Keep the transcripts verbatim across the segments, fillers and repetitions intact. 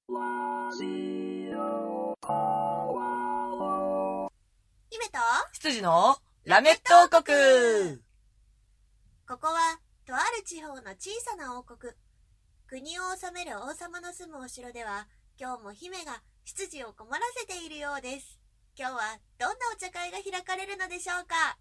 姫と羊のラメット王国。 ここはとある地方の小さな王国。国を治める王様の住むお城では、今日も姫が執事を困らせているようです。今日はどんなお茶会が開かれるのでしょうか。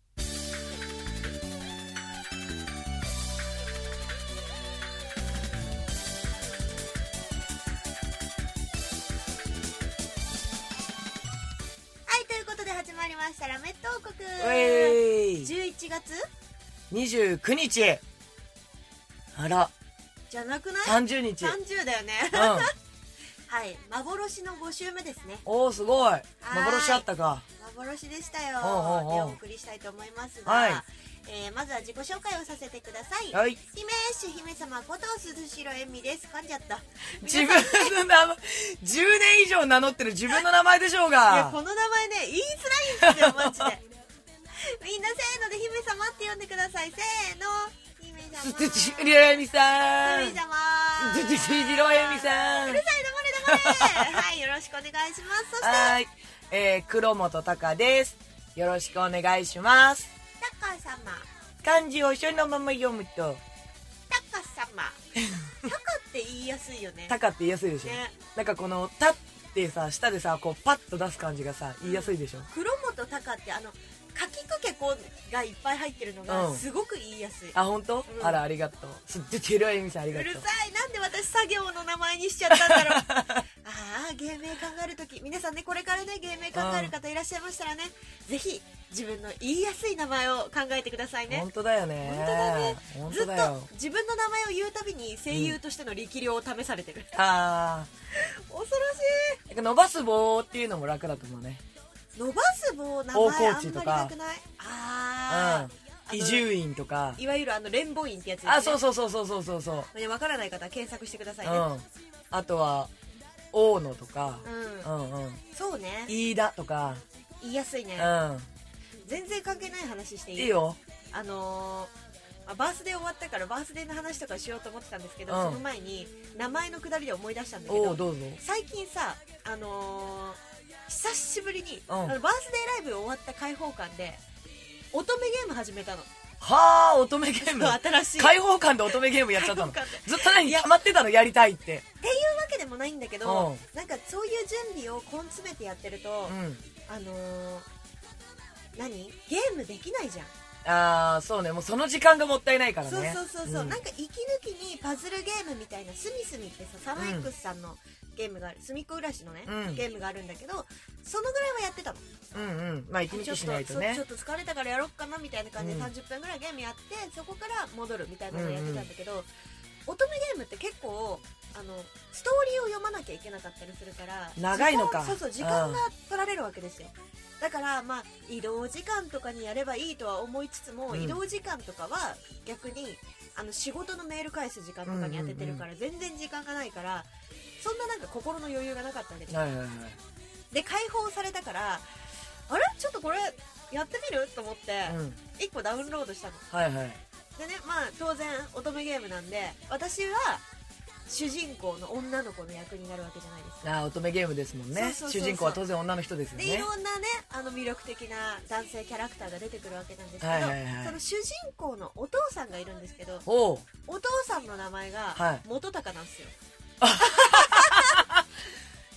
始まりましたラメット王国。 えいじゅういちがつにじゅうくにち。あらじゃなくない？ さんじゅうにち。 さんじゅうだよね。 うんはい、幻のご週目ですね。 おーすごい。幻あったか。 幻でしたよ。 おうおうおうでお送りしたいと思いますが、 はい、 えー、まずは自己紹介をさせてください。 はい、 姫主姫様こと鈴代恵美です。噛んじゃった。 自分の名前じゅうねん以上名乗ってる自分の名前でしょうが。 いや、この名前ね言いづらいんですよマジで。みんなせーので姫様って呼んでください。せーの、姫様。 鈴代恵美さん。 姫様。 鈴代恵美さん。 うるさい、黙れ黙れ。はい、よろしくお願いします。そしてはい、えー、黒本隆です。よろしくお願いします。 タカ様。 漢字をそのまま読むとタカ様。タカって言いやすいよね。 タカって言いやすいでしょ、ね、なんかこのタってさ下でさこうパッと出す感じがさ言いやすいでしょ。 黒本タカってあのかきくけこがいっぱい入ってるのがすごく言いやすい、うん、 あ、本当、うん、あらありがとう。すっげえろえみさんありがとう。 うるさい、なんで私作業の名前にしちゃったんだろう。ああ、芸名考えるとき皆さんね、これからね芸名考える方いらっしゃいましたらね、うん、ぜひ自分の言いやすい名前を考えてくださいね。 本当だよね。 本当だね。 本ずっ当だよ。 と自分の名前を言うたびに声優としての力量を試されてる、うん、 ああ恐ろしい。 伸ばす棒っていうのも楽だと思うね。 伸ばす棒名前あんまりなくない？ああ、伊集院とか、 いわゆるあの連母院ってやつですね。 あ、そうそうそうそうそうそうそう。 ね、分からない方は検索してくださいね。 うん、あとは大野とか、 うん、 うんうん、 そうね、 飯田とか言いやすいね。 うん、 全然関係ない話していい？ いいよ。 あのー、バースデー終わったからバースデーの話とかしようと思ってたんですけど、うん、その前に名前のくだりで思い出したんだけど、 おうどうぞ。 最近さ、あのー久しぶりに、うん、あのバースデーライブ終わった開放館で乙女ゲーム始めたの。 はあ、乙女ゲーム。 新しい開放館で乙女ゲームやっちゃったの。ずっと何溜まってたの、やりたいって。っていうわけでもないんだけど、うん、なんかそういう準備を根詰めてやってると、うん、あのー、何ゲームできないじゃん。 ああ、そうね、もうその時間がもったいないからね。 そうそうそうそう、うん、なんか息抜きにパズルゲームみたいなスミスミってさ、サマー X さんのゲームがある、すみっこ暮らしのね、うん、ゲームがあるんだけど、そのぐらいはやってたの。 うんうん、まあ息抜きしないとね。 ちょっと疲れたからやろっかなみたいな感じでさんじゅっぷんぐらいゲームやって、そこから戻るみたいなのをやってたんだけど、うんうん、乙女ゲームって結構あのストーリーを読まなきゃいけなかったりするから長いのか。 そうそう、時間が取られるわけですよ。だからまあ移動時間とかにやればいいとは思いつつも、うん、移動時間とかは逆にあの仕事のメール返す時間とかに当ててるから、全然時間がないから、そんななんか心の余裕がなかったわけですよ、 はいはいはい、 で解放されたから、あれちょっとこれやってみると思って、うん、いっこダウンロードしたの。 はいはい。 でね、まあ当然乙女ゲームなんで私は主人公の女の子の役になるわけじゃないですか。 あ、乙女ゲームですもんね。そうそうそうそう、主人公は当然女の人ですよね。 でいろんなね、あの魅力的な男性キャラクターが出てくるわけなんですけど、はいはいはい、その主人公のお父さんがいるんですけど、おお父さんの名前が元高なんですよ、はい、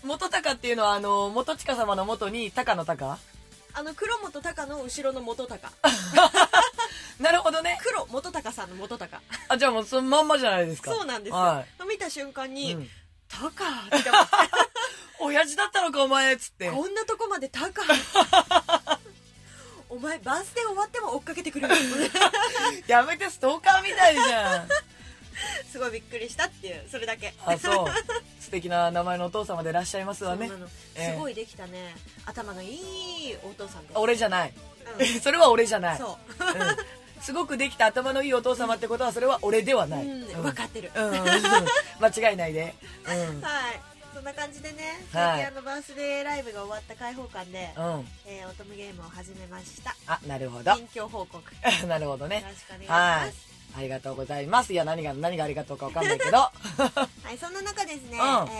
元高っていうのはあの元親様の元に高の高、 あの黒本高の後ろの元高なるほどね。 黒元高さんの元高。 あ、じゃあもうそのまんまじゃないですか。 そうなんですよ、 はい、 見た瞬間に、うん、高って思って親父だったのかお前っつって、 こんなとこまで高お前バースデー終わっても追っかけてくるやめて、ストーカーみたいじゃんすごいびっくりしたっていう、それだけ。 あ、そう素敵な名前のお父様でいらっしゃいますわね。 そうなの、えー、すごいできたね、頭のいいお父さんです。 俺じゃない、うん、それは俺じゃない。そう、うんすごくできた頭のいいお父様ってことはそれは俺ではない、うんうん、分かってる、 うん、間違いないで、 うん、はい、そんな感じでね、最近あのバースデーライブが終わった開放館で、うん、えー、乙女ゲームを始めました。 あ、なるほど、 近況報告なるほどね、 よろしくお願いします。 ありがとうございます。いや、何が何がありがとうか分かんないけどはい、そんな中ですね、うん、えー、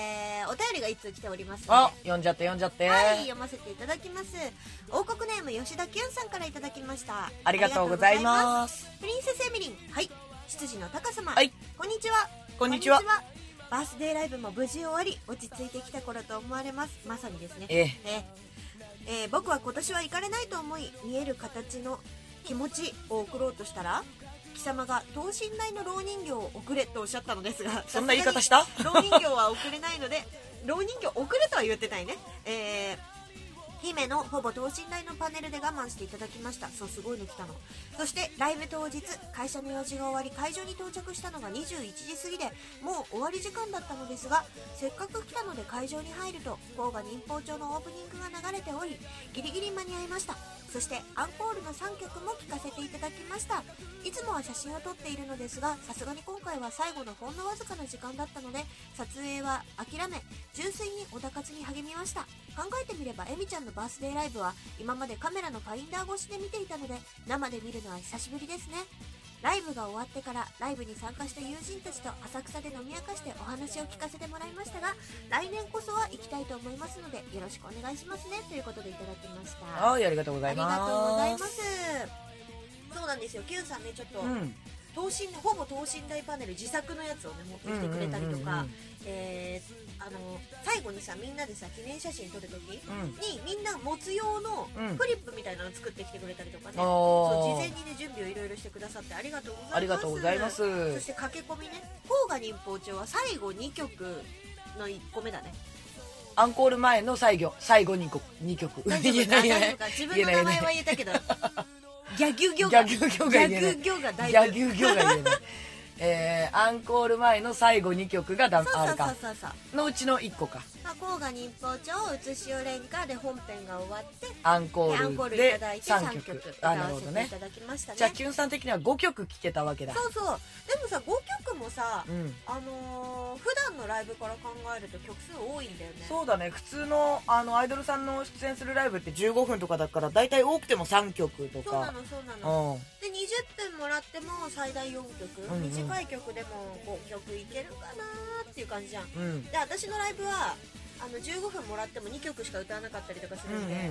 ー、お便りがいつ来ておりますあので、 読んじゃって読んじゃって、 はい読ませていただきます。王国ネーム吉田きゅんさんからいただきました。 ありがとうございます。 プリンセスエミリン、はい、執事のタカ様、 はい、 こんにちは。 こんにちは。 バースデーライブも無事終わり落ち着いてきた頃と思われます。まさにですね。 ええええー、僕は今年は行かれないと思い、見える形の気持ちを送ろうとしたら、貴様が等身大の蝋人形を送れとおっしゃったのですが、 そんな言い方した？ 蝋人形は送れないので、蝋人形送れとは言ってないね。えー姫のほぼ等身大のパネルで我慢していただきました。そう、すごいの来たの。そしてライブ当日、会社の用事が終わり会場に到着したのがにじゅういちじ過ぎで、もう終わり時間だったのですが、せっかく来たので会場に入ると甲賀忍法帳のオープニングが流れており、ギリギリ間に合いました。そしてアンコールのさんきょくも聴かせていただきました。いつもは写真を撮っているのですが、さすがに今回は最後のほんのわずかな時間だったので撮影は諦め、純粋に小田活に励みました。考えてみればエミちゃんのバースデーライブは今までカメラのファインダー越しで見ていたので、生で見るのは久しぶりですね。ライブが終わってからライブに参加した友人たちと浅草で飲み明かしてお話を聞かせてもらいましたが、来年こそは行きたいと思いますのでよろしくお願いしますね、ということでいただきました。 はい、ありがとうございます。 ありがとうございます。そうなんですよ、キュンさんね、ちょっと、うん、等身ほぼ等身大パネル自作のやつをね持ってきてくれたりとか、えーあの最後にさ、みんなでさ記念写真撮るときに、うん、みんな持つ用のフリップみたいなの作ってきてくれたりとかね、うん、そう事前にね準備をいろいろしてくださってありがとうございます。 ありがとうございます。 そして駆け込みね、甲賀忍法帳は最後にきょくのいっこめだね。 アンコール前の最後最後にこにきょく。 大丈夫か大丈夫か、自分の名前は言えたけどギャギュギョがギャギュギョが言えない。 ギャギュギョがだいぶギャギュギョが言えない。えー、アンコール前の最後にきょくがだあるかのうちのいっこか。 甲賀忍法帳うつしおれんかで本編が終わってアンコールでさんきょく歌わせていただきましたね。 じゃあキュンさん的にはごきょく聴けたわけだ。 そうそう。でもさごきょくもさ、うん、あのー、普段のライブから考えると曲数多いんだよね。 そうだね。普通のあのアイドルさんの出演するライブってじゅうごふんとかだから、だいたい多くてもさんきょくとか。 そうなのそうなの、うん、でにじゅっぷんもらっても最大よんきょく、うんうん、短い曲でもごきょくいけるかなーっていう感じじゃん、うん、で私のライブはあのじゅうごふんもらってもにきょくしか歌わなかったりとかするんで、うんうんうん、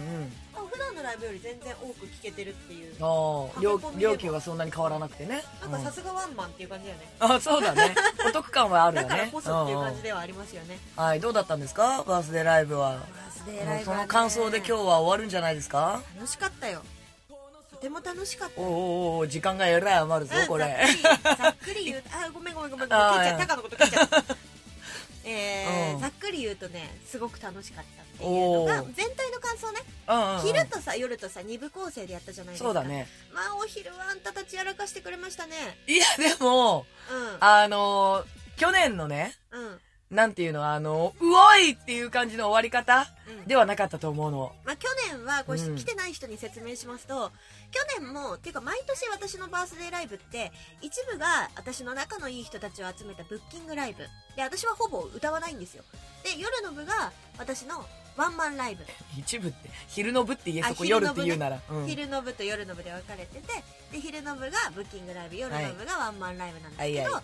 普段のライブより全然多く聴けてるっていう。 あ料, 料金はそんなに変わらなくてね。 なんかさすがワンマンっていう感じだよね。 あそうだね。お得感はあるよね。 だからこそっていう感じではありますよね。 はい、どうだったんですかバースデーライブは。 バースデーライブは、ね、 その感想で今日は終わるんじゃないですか。 楽しかったよ。とても楽しかった。 おおお時間がえらい余るぞ、うん、これざっくり言うあごめんごめんごめんごめんケイちゃんタカのことケイちゃんえーうん、ざっくり言うとねすごく楽しかったっていうのが全体の感想ね、うんうんうん、昼とさ夜とさに部構成でやったじゃないですか。 そうだね。 まあお昼はあんたたちやらかしてくれましたね。 いやでも、うん、あのー、去年のね、うんなんていうのあのうおいっていう感じの終わり方、うん、ではなかったと思うの。 まあ、去年はこう、うん、来てない人に説明しますと、去年もっていうか毎年私のバースデーライブって一部が私の仲のいい人たちを集めたブッキングライブで、私はほぼ歌わないんですよ。で夜の部が私のワンマンライブ。 一部って昼の部って言え、そこ夜って言うなら、 うん、昼の部と夜の部で分かれてて、で昼の部がブッキングライブ、夜の部がワンマンライブなんですけど、はいはいはい、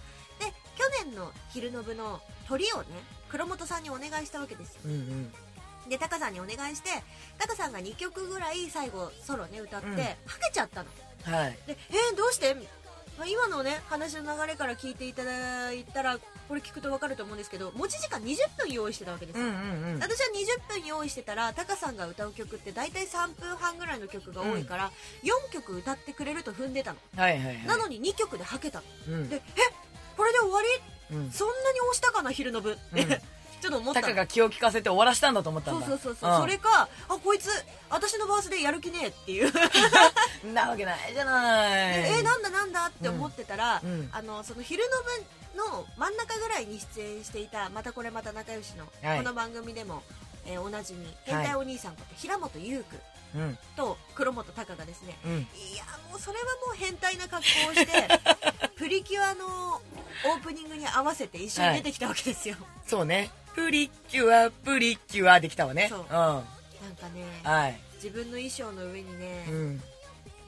で去年の昼の部のトリをね黒本さんにお願いしたわけですよ、うんうん、でタカさんにお願いして、タカさんがにきょくぐらい最後ソロね歌って、うん、はけちゃったの、はい、でえー、どうして、まあ、今のね話の流れから聞いていただいたらこれ聞くと分かると思うんですけど、持ち時間にじゅっぷん用意してたわけですよ、うんうんうん、私はにじゅっぷん用意してたらタカさんが歌う曲って大体さんぷんはんぐらいの曲が多いから、うん、よんきょく歌ってくれると踏んでたの、はいはいはい、なのににきょくではけたの、うん、でえこれで終わり、うん、そんなに押したかな昼の部って、うん、ちょっと思ったの。 タカが気を利かせて終わらしたんだと思ったんだ。 そうそうそうそう、うん、それかあこいつ私のバースでやる気ねえっていうなわけないじゃない。 えー、なんだなんだって思ってたら、うん、あのその昼の部の真ん中ぐらいに出演していたまたこれまた仲良しの、はい、この番組でも、えー、おなじみ変態お兄さんこと、はい、平本優君うん、と黒本隆がですね、うん、いやもうそれはもう変態な格好をしてプリキュアのオープニングに合わせて一緒に出てきたわけですよ、はい、 そうねプリキュアプリキュアできたわね。そう、うん、なんかね、はい、自分の衣装の上にね、うん、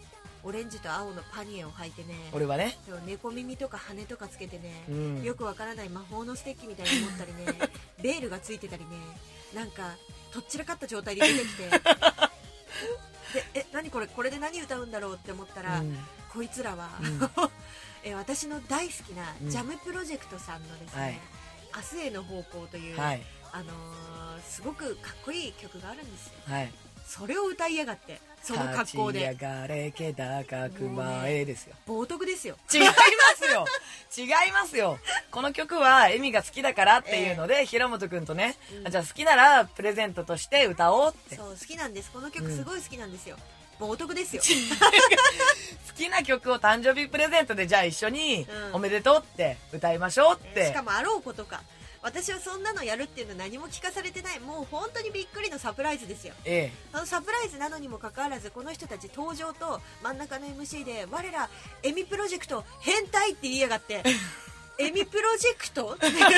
オレンジと青のパニエを履いてね、 俺はね、 猫耳とか羽とかつけてね、 うん、 よくわからない魔法のステッキみたいに持ったりねベールがついてたりね、なんかとっちらかった状態で出てきてでえ何これこれで何歌うんだろうって思ったら、うん、こいつらは、うん、え私の大好きなジャムプロジェクトさんのですね、うん、明日への方向という、はい、あのー、すごくかっこいい曲があるんですよ、はい、それを歌いやがって、その格好で立ち上がれ気高く前ですよ、ね、 冒涜ですよ。 違いますよ違いますよ。この曲はエミが好きだからっていうので、えー、平本くんとね、うん、じゃあ好きならプレゼントとして歌おうって。 そう、好きなんです。この曲すごい好きなんですよ、うん、冒涜ですよ好きな曲を誕生日プレゼントでじゃあ一緒におめでとうって歌いましょうって、 えー、しかもあろうことか私はそんなのやるっていうの何も聞かされてない、もう本当にびっくりのサプライズですよ、ええ、あのサプライズなのにもかかわらずこの人たち登場と真ん中の エムシー で我らエミプロジェクト変態って言いやがってエミプロジェクト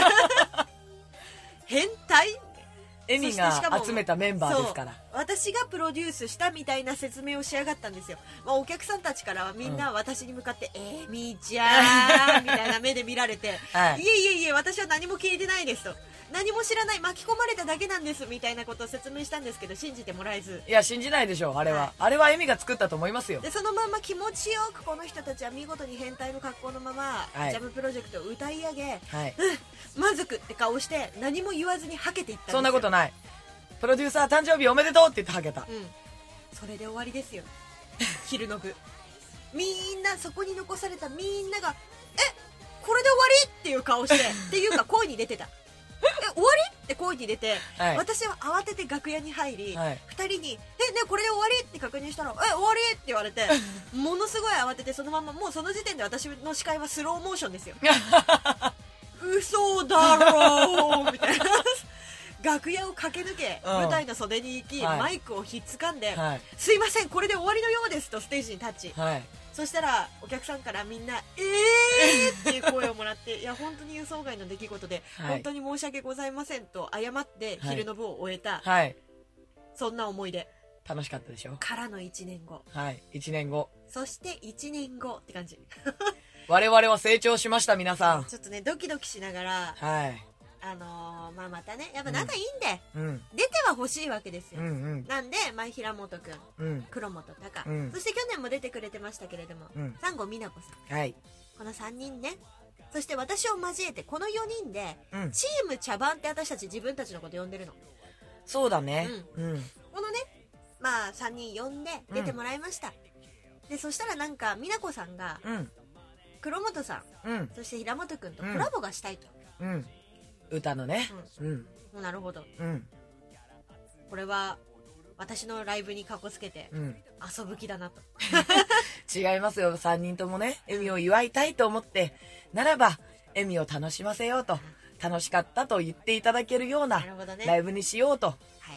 変態エミが集めたメンバーですから、 私がプロデュースしたみたいな説明をしやがったんですよ、まあ、お客さんたちからはみんな私に向かって、うん、エミちゃんみたいな目で見られて、はい、いえいえいえ私は何も聞いてないですと、何も知らない、巻き込まれただけなんですみたいなことを説明したんですけど信じてもらえず、 いや信じないでしょうあれは、はい、あれはエミが作ったと思いますよ。 でそのまま気持ちよくこの人たちは見事に変態の格好のまま、はい、ジャムプロジェクトを歌い上げ、はい、うん、満足って顔して何も言わずにはけていったんですよ。 そんなことない、プロデューサー誕生日おめでとうって言ってはけた、うん、 それで終わりですよ昼の部みんなそこに残されたみんながえこれで終わりっていう顔してっていうか声に出てたえ終わりって声に出て、はい、私は慌てて楽屋に入り、はい、ふたりにえねこれで終わりって確認したらえ終わりって言われてものすごい慌ててそのままもうその時点で私の視界はスローモーションですよ嘘だろうみたいな楽屋を駆け抜け、うん、舞台の袖に行き、はい、マイクをひっつかんで、はい、すいませんこれで終わりのようですとステージに立ち、はい、そしたらお客さんからみんなえーっていう声をもらっていや本当に予想外の出来事で、はい、本当に申し訳ございませんと謝って昼の部を終えた、はい、そんな思い出楽しかったでしょからのいちねんご、 はいいちねんごそしていちねんごって感じ我々は成長しました皆さん。 ちょっとねドキドキしながら、はいあのー、まあまたねやっぱ仲いいんで、うん、出ては欲しいわけですよ、うんうん、なんで、まあ、平本くん、うん、黒本隆、うん、そして去年も出てくれてましたけれども、うん、三郷美奈子さん、はい、このさんにんね、そして私を交えてこのよにんで、うん、チーム茶番って私たち自分たちのこと呼んでるの。 そうだね、 うんうん、このねまあさんにん呼んで出てもらいました、うん、でそしたらなんか美奈子さんが、うん、黒本さん、うん、そして平本くんとコラボがしたいと、うんうん歌のね、 うんうん、なるほど、うん、これは私のライブにかこつけて、うん、遊ぶ気だなと違いますよさんにんともねエミを祝いたいと思ってならばエミを楽しませようと楽しかったと言っていただけるようなライブにしようと、 はい、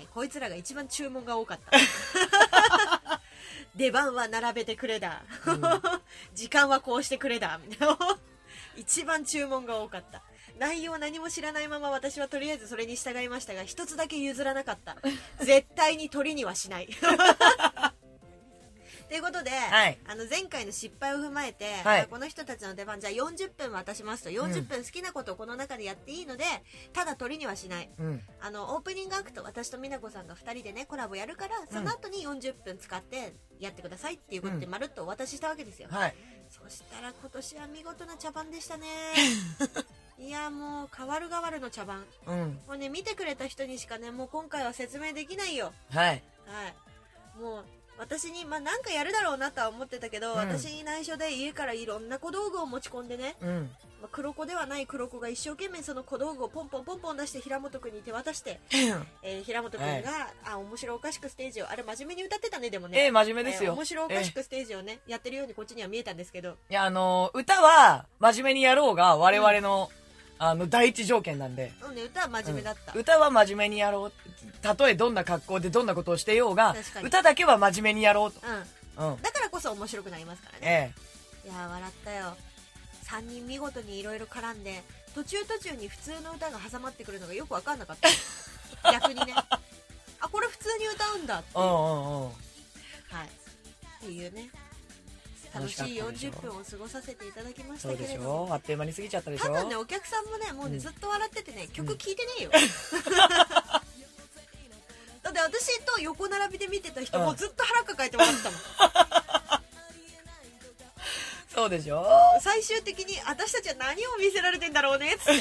こいつらが一番注文が多かった出番は並べてくれだ、うん、時間はこうしてくれだみたいな一番注文が多かった。内容何も知らないまま私はとりあえずそれに従いましたが一つだけ譲らなかった絶対に鳥にはしないということで、はい、あの前回の失敗を踏まえて、はい、この人たちの出番じゃあよんじゅっぷん渡しますとよんじゅっぷん好きなことをこの中でやっていいので、うん、ただ鳥にはしない、うん、あのオープニングアクト私と美奈子さんがふたりでねコラボやるからその後によんじゅっぷん使ってやってくださいっていうことでまるっとお渡ししたわけですよ、うんはい、そしたら今年は見事な茶番でしたねいやもう変わる変わるの茶番、うん、もうね見てくれた人にしかねもう今回は説明できないよ。はい、はい、もう私にまあなんかやるだろうなとは思ってたけど、うん、私に内緒で家からいろんな小道具を持ち込んでね、うんまあ、黒子ではない黒子が一生懸命その小道具をポンポンポンポン出して平本くんに手渡して、えー、平本くんが、はい、あ面白おかしくステージをあれ真面目に歌ってたねでもね、 えー、真面目ですよ、 えー、面白おかしくステージをね、えー、やってるようにこっちには見えたんですけど、 いやあのー、歌は真面目にやろうが我々の、うんあの第一条件なんで、 そうね、歌は真面目だった、 うん、歌は真面目にやろう、たとえどんな格好でどんなことをしてようが歌だけは真面目にやろうと、 うんうん、だからこそ面白くなりますからね、ええ、いや笑ったよ。さんにん見事にいろいろ絡んで途中途中に普通の歌が挟まってくるのがよく分かんなかった逆にねあこれ普通に歌うんだっていう、うんうんうん、はいっていうね楽しいよんじゅっぷんを過ごさせていただきましたそうでしけれども、 ょ、あっという間に過ぎちゃったでしょ。 多分ねお客さんもねもうね、 うんずっと笑っててね曲聴いてねえよ、だって私と横並びで見てた人もずっと腹抱えて笑ってたもん、 そうでしょ。 最終的に私たちは何を見せられてんだろうねっつって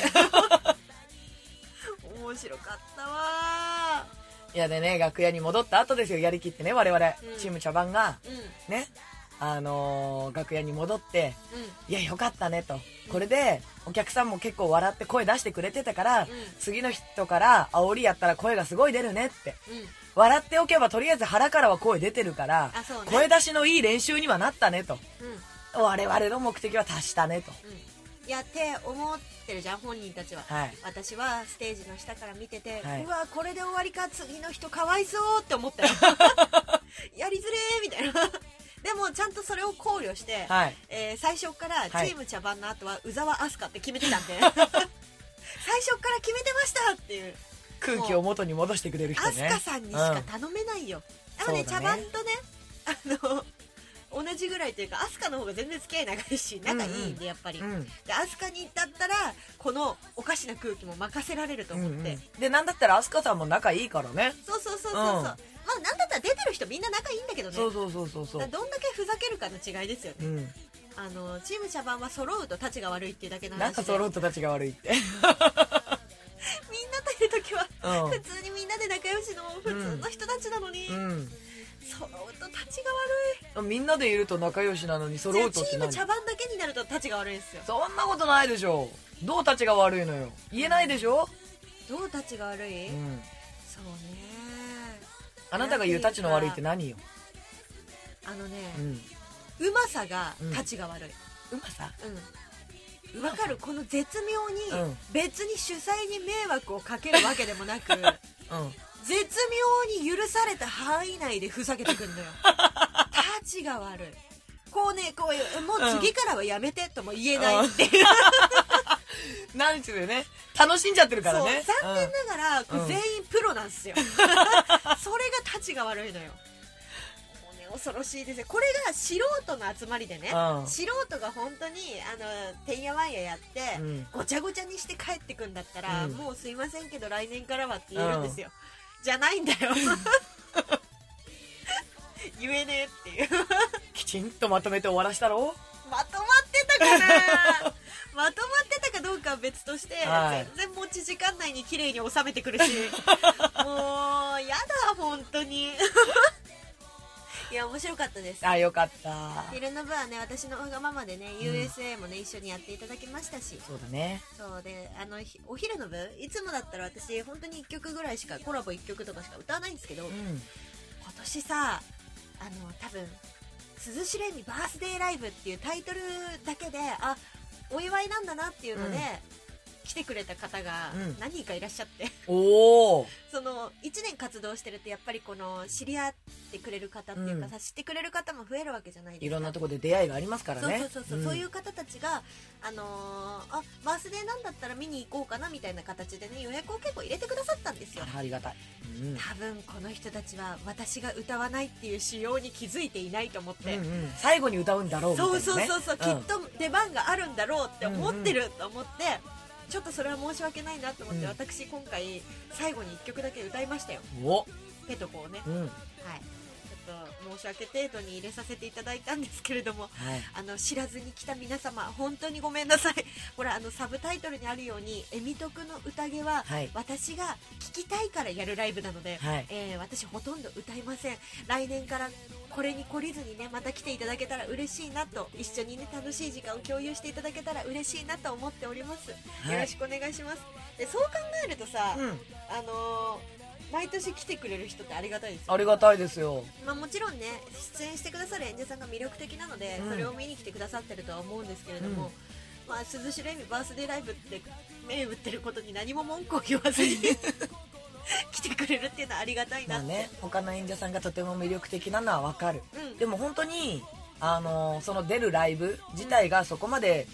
面白かったわ。 いやでね、楽屋に戻った後ですよ、やりきってね、我々、 うん、 チーム茶番がうんね、あのー、楽屋に戻って、 うん、 いやよかったねと、これでお客さんも結構笑って声出してくれてたから、 うん、 次の人から煽りやったら声がすごい出るねって、 うん、 笑っておけばとりあえず腹からは声出てるから、 あ、そうね、 声出しのいい練習にはなったねと、 うん、 我々の目的は達したねと、 うん、やって思ってるじゃん本人たちは、 はい、 私はステージの下から見てて、 はい、 うわこれで終わりか、次の人かわいそうって思ったよやりづれーみたいなでもちゃんとそれを考慮して、 はい、 えー、最初からチーム茶番の後は宇沢明日香って決めてたんで最初から決めてましたっていう空気を元に戻してくれる人ね、 明日香さんにしか頼めないよ、うん、でもね、茶番とねあの同じぐらいというか飛鳥の方が全然付き合い長いし仲いいんで、やっぱり、うんうん、で飛鳥にだったらこのおかしな空気も任せられると思って、うんうん、 でなんだったら飛鳥さんも仲いいからね、 そうそうそうそうそう、うん、まあなんだったら出てる人みんな仲いいんだけどね、 そうそうそうそうそう、 どんだけふざけるかの違いですよね、 うん、 あのチーム茶番は揃うとたちが悪いっていうだけの話で、 なんか揃うとたちが悪いってみんなといる時は、うん、普通にみんなで仲良しの普通の人たちなのに、うんうん、揃うとたちが悪い。 みんなでいると仲良しなのに揃うとって何？ チーム茶番だけになるとたちが悪いんですよ。 そんなことないでしょ。どうたちが悪いのよ。言えないでしょ。 どうたちが悪い、うん、そうね。 あなたが言うたちの悪いって何よ。 あのね、うん、うまさがたちが悪い、 うん、うまさ、 うん、わかる。この絶妙に別に主催に迷惑をかけるわけでもなく、うん、絶妙に許された範囲内でふざけてくんのよたちが悪い。こうね、こういうもう次からはやめてとも言えないっていう、 うん、なんですよね。楽しんじゃってるからね。 そう、残念ながら、うん、全員プロなんですよ、うん、それがたちが悪いのよ。恐ろしいですよ。これが素人の集まりでね、うん、素人が本当にあのてんやわんややって、うん、ごちゃごちゃにして帰ってくんだったら、うん、もうすいませんけど来年からはって言えるんですよ、うん、じゃないんだよ言えねえっていうきちんとまとめて終わらしたろ。 まとまってたかなまとまってたかどうかは別として、はい、全然持ち時間内に綺麗に収めてくるしもうやだ本当にいや面白かったです。 あ、よかった。 昼の部はね、私のわがままでね、うん、ユーエスエー もね一緒にやっていただきましたし、 そうだね。 そうで、あのお昼の部いつもだったら私本当にいっきょくぐらいしかコラボいっきょくとかしか歌わないんですけど、うん、今年さあの多分涼しれみバースデーライブっていうタイトルだけであお祝いなんだなっていうので、うん、来てくれた方が何人かいらっしゃって、うん、おーそのいちねん活動してるとやっぱりこの知り合ってくれる方っていうか、うん、知ってくれる方も増えるわけじゃないですか。 いろんなところで出会いがありますからね。 そうそうそうそう、うん、そういう方たちがあのー、あバースデーなんだったら見に行こうかなみたいな形でね予約を結構入れてくださったんですよ。 ありがたい、 うん、多分この人たちは私が歌わないっていう仕様に気づいていないと思って、うんうん、 最後に歌うんだろうみたいなね。 そうそうそうそう、うん、きっと出番があるんだろうって思ってると思って、うんうんちょっとそれは申し訳ないなと思って、うん、私今回最後にいっきょくだけ歌いましたよ。おペトコをね、うん、はいちょっと申し訳程度に入れさせていただいたんですけれども、はい、あの知らずに来た皆様本当にごめんなさい。ほらあのサブタイトルにあるようにえみとくの宴は、はい、私が聴きたいからやるライブなので、はいえー、私ほとんど歌いません。来年からこれに懲りずにねまた来ていただけたら嬉しいなと、一緒にね楽しい時間を共有していただけたら嬉しいなと思っております、はい、よろしくお願いします。でそう考えるとさ、うん、あのー毎年来てくれる人ってありがたいですよ。 ありがたいですよ。 まあ、もちろんね出演してくださる演者さんが魅力的なので、うん、それを見に来てくださってるとは思うんですけれども、うんまあ、涼しれみバースデーライブって銘打ってることに何も文句を言わずに来てくれるっていうのはありがたいなって、まあね、 他の演者さんがとても魅力的なのは分かる、うん、でも本当にあのその出るライブ自体がそこまで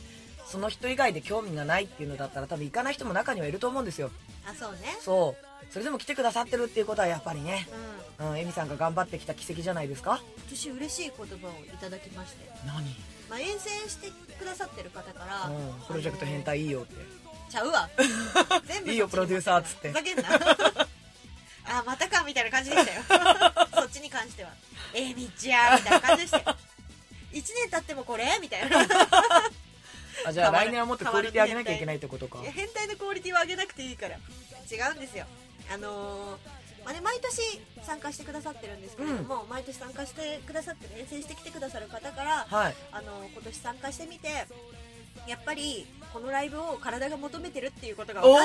その人以外で興味がないっていうのだったら多分行かない人も中にはいると思うんですよ。 あ、そうね。 そうそれでも来てくださってるっていうことはやっぱりね、 うん、 うん、エミさんが頑張ってきた奇跡じゃないですか。 私嬉しい言葉をいただきまして、 何、 まあ、遠征してくださってる方から、 うん、プロジェクト変態いいよってちゃうわ全部いいよプロデューサーっつってふざけんなあ、またかみたいな感じでしたよそっちに関してはえみちゃんみたいな感じでしたよいちねん経ってもこれみたいなあ、じゃあ来年はもっとクオリティ上げなきゃいけないってことか。 いや、変態のクオリティは上げなくていいから。違うんですよ。あのーまあね、毎年参加してくださってるんですけれども、うん、毎年参加してくださって遠征してきてくださる方から、 はい、 あのー今年参加してみてやっぱりこのライブを体が求めてるっていうことが分かった。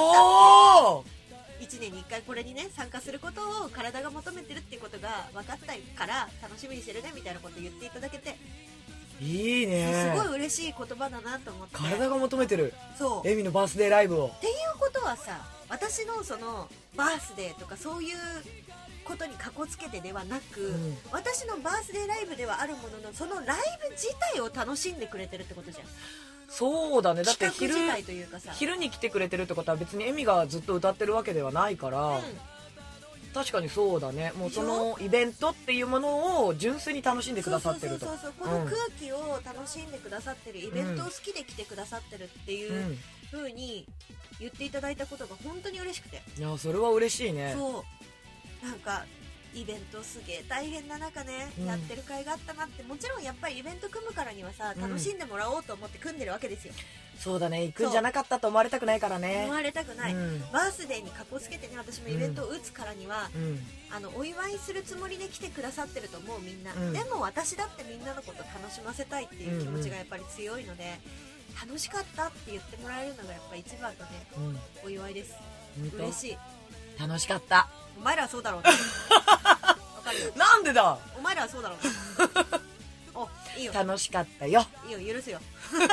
いちねんにいっかいこれにね参加することを体が求めてるっていうことが分かったから楽しみにしてるねみたいなこと言っていただけて、 いいね、 すごい嬉しい言葉だなと思って。 体が求めてる、 そうエミのバースデーライブをっていうことはさ、私のそのバースデーとかそういうことにかこつけてではなく、うん、私のバースデーライブではあるもののそのライブ自体を楽しんでくれてるってことじゃん。 そうだね。だって昼、 自体というかさ、 昼に来てくれてるってことは別にエミがずっと歌ってるわけではないから、うん、確かにそうだね。もうそのイベントっていうものを純粋に楽しんでくださってると。 そうそうそうそう、この空気を楽しんでくださってる、うん、イベントを好きで来てくださってるっていう風に言っていただいたことが本当に嬉しくて、 いやそれは嬉しいね。 そうなんかイベントすげえ大変な中ね、うん、やってる甲斐があったなって。もちろんやっぱりイベント組むからにはさ、楽しんでもらおうと思って組んでるわけですよ、 うん、そうだね。行くんじゃなかったと思われたくないからね。 思われたくない、 うん、 バースデーにかこつけてね、私もイベントを打つからには、うん、あのお祝いするつもりで来てくださってると思うみんな、うん、でも私だってみんなのこと楽しませたいっていう気持ちがやっぱり強いので、うんうん、楽しかったって言ってもらえるのがやっぱ一番のね、うん、お祝いです。嬉しい。 楽しかった。 お前らはそうだろうねなんでだ。 お前らはそうだろうお、いいよ。 楽しかったよ。 いいよ、許すよ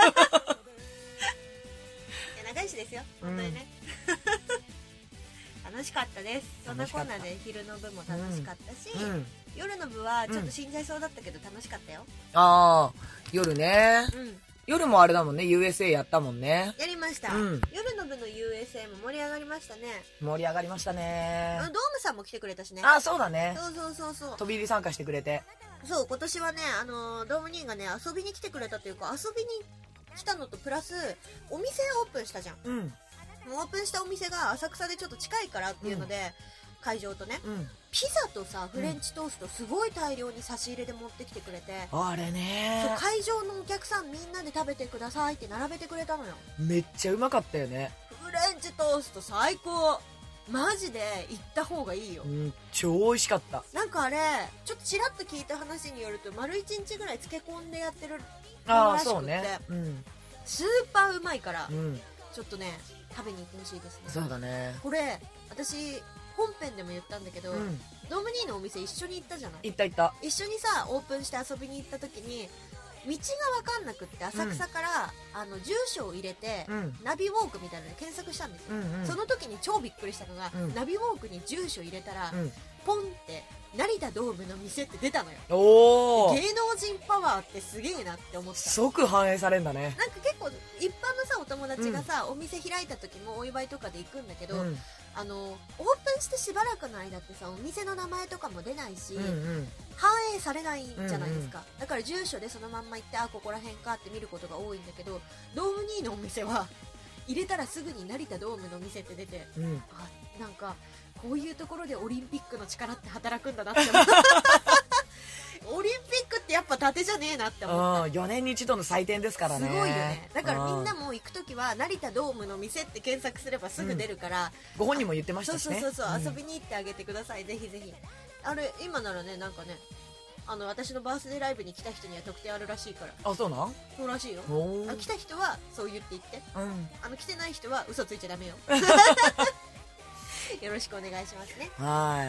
長いしですよ、本当にね、うん、楽しかったです。そんなこんなで昼の部も楽しかったし、うん、夜の部はちょっと死んじゃいそうだったけど楽しかったよ、うん、 ああ、夜ね、うん、夜もあれだもんね、 ユーエスエー やったもんね。 やりました、うん、夜の部の ユーエスエー も盛り上がりましたね。 盛り上がりましたね。 ドームさんも来てくれたしね。 あ、そうだね。 そうそうそうそう、 飛び入り参加してくれて。 そう、今年はね、あのー、ドーム兄がね遊びに来てくれたというか、遊びに来たのとプラスお店オープンしたじゃん、うん、オープンしたお店が浅草でちょっと近いからっていうので、うん、会場とね、うん、ピザとさフレンチトーストすごい大量に差し入れで持ってきてくれて、 うん、あれね、 そう、会場のお客さんみんなで食べてくださいって並べてくれたのよ。 めっちゃうまかったよね。 フレンチトースト最高、マジで行った方がいいよ、 うん、超美味しかった。 なんかあれちょっとちらっと聞いた話によると丸いちにちぐらい漬け込んでやってるらしくって、そうね、うん、スーパーうまいから、うん、ちょっとね食べに行ってほしいですね。 そうだね。 これ私本編でも言ったんだけど、うん、ドームニーのお店一緒に行ったじゃない。 行った行った。 一緒にさオープンして遊びに行った時に道が分かんなくって浅草から、うん、あの住所を入れて、うん、ナビウォークみたいなので検索したんですよ、うんうん、その時に超びっくりしたのが、うん、ナビウォークに住所入れたら、うん、ポンって成田ドームの店って出たのよ。おー、芸能人パワーってすげえなって思った。 即反映されんだね。 なんか結構一般のさお友達がさ、うん、お店開いた時もお祝いとかで行くんだけど、うん、あのオープンしてしばらくの間ってさお店の名前とかも出ないし、うんうん、反映されないじゃないですか、うんうん、だから住所でそのまんま行ってあここら辺かって見ることが多いんだけど、ドームニーのお店は入れたらすぐに成田ドームの店って出て、うん、あなんかこういうところでオリンピックの力って働くんだなって思ったオリンピックってやっぱ盾じゃねえなって思った。 よねんに一度の祭典ですからね。 すごいよね。だからみんなも行くときは成田ドームの店って検索すればすぐ出るから、 うん、ご本人も言ってましたしね。 そうそうそう、うん、遊びに行ってあげてください、ぜひぜひ。あれ今ならね、なんかねあの私のバースデーライブに来た人には特典あるらしいから。 あ、そうなん？ そうらしいよ。あ、来た人はそう言って言って、うん、あの来てない人は嘘ついちゃダメよよろしくお願いしますね。 はい。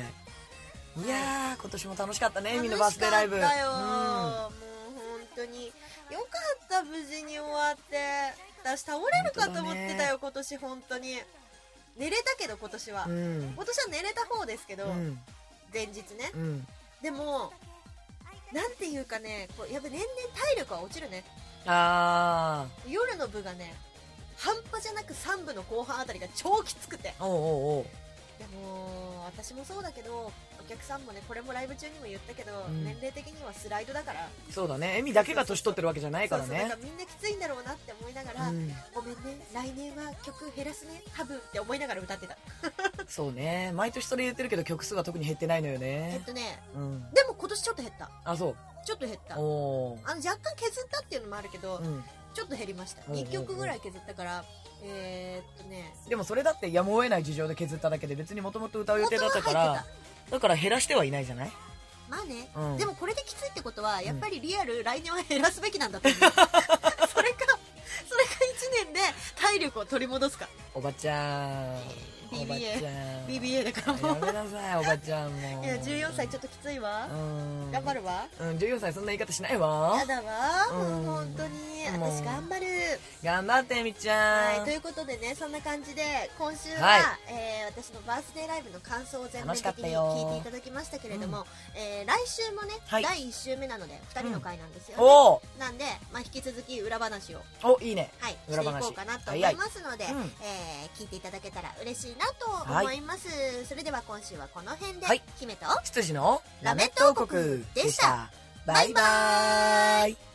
いやー、今年も楽しかったね、エミのバースデーライブ。 楽しかったよ、うん、もう本当によかった、無事に終わって。私倒れるかと思ってたよ、ね、今年本当に寝れたけど今年は、うん、今年は寝れた方ですけど、うん、前日ね、うん、でもなんていうかね、こうやっぱ年々体力は落ちるね。 あ夜の部がね半端じゃなくさん部の後半あたりが超きつくて、 おうおうおう、 でも私もそうだけどお客さんもね、これもライブ中にも言ったけど、 うん、 年齢的にはスライドだから。 そうだね、エミだけが年取ってるわけじゃないからね。 そうそう、だからみんなきついんだろうなって思いながら、うん、ごめんね来年は曲減らすね多分って思いながら歌ってたそうね、毎年それ言ってるけど曲数は特に減ってないのよね。 えっとね、 うん、 でも今年ちょっと減った。 あ、そう、 ちょっと減った。 おあの若干削ったっていうのもあるけど、うん、ちょっと減りました。 うんうんうん、 にきょくぐらい削ったから、えー、っとね、 でもそれだってやむを得ない事情で削っただけで、別にもともと歌う予定だったから、だから減らしてはいないじゃない。 まあね、 うん、 でもこれできついってことはやっぱりリアル、うん、来年は減らすべきなんだと思うそれかそれかいちねんで体力を取り戻すか。 おばちゃん、 ビービーエー ビービーエー だからもうやめなさいおばちゃんも。 いやじゅうよんさいちょっときついわ、うん、頑張るわ。 うん、じゅうよんさいそんな言い方しないわ。 やだわ、うん、もう本当に私頑張る。 頑張ってみちゃん、 はい、ということでね、そんな感じで今週は、はい、えー、私のバースデーライブの感想を全面的に聞いていただきましたけれども、うん、えー、来週もね、はい、だいいっ週目なのでふたりの回なんですよね、うん、なんで、まあ、引き続き裏話をおいいね、 はい、していこうかなと思いますので、はいはい、えー、聞いていただけたら嬉しいなと思います、はい、それでは今週はこの辺で、はい、姫と羊のラメット王国でした。バイバーイ。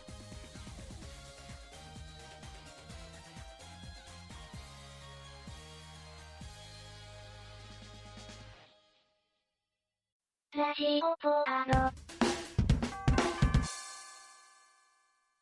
ラジオポアロ。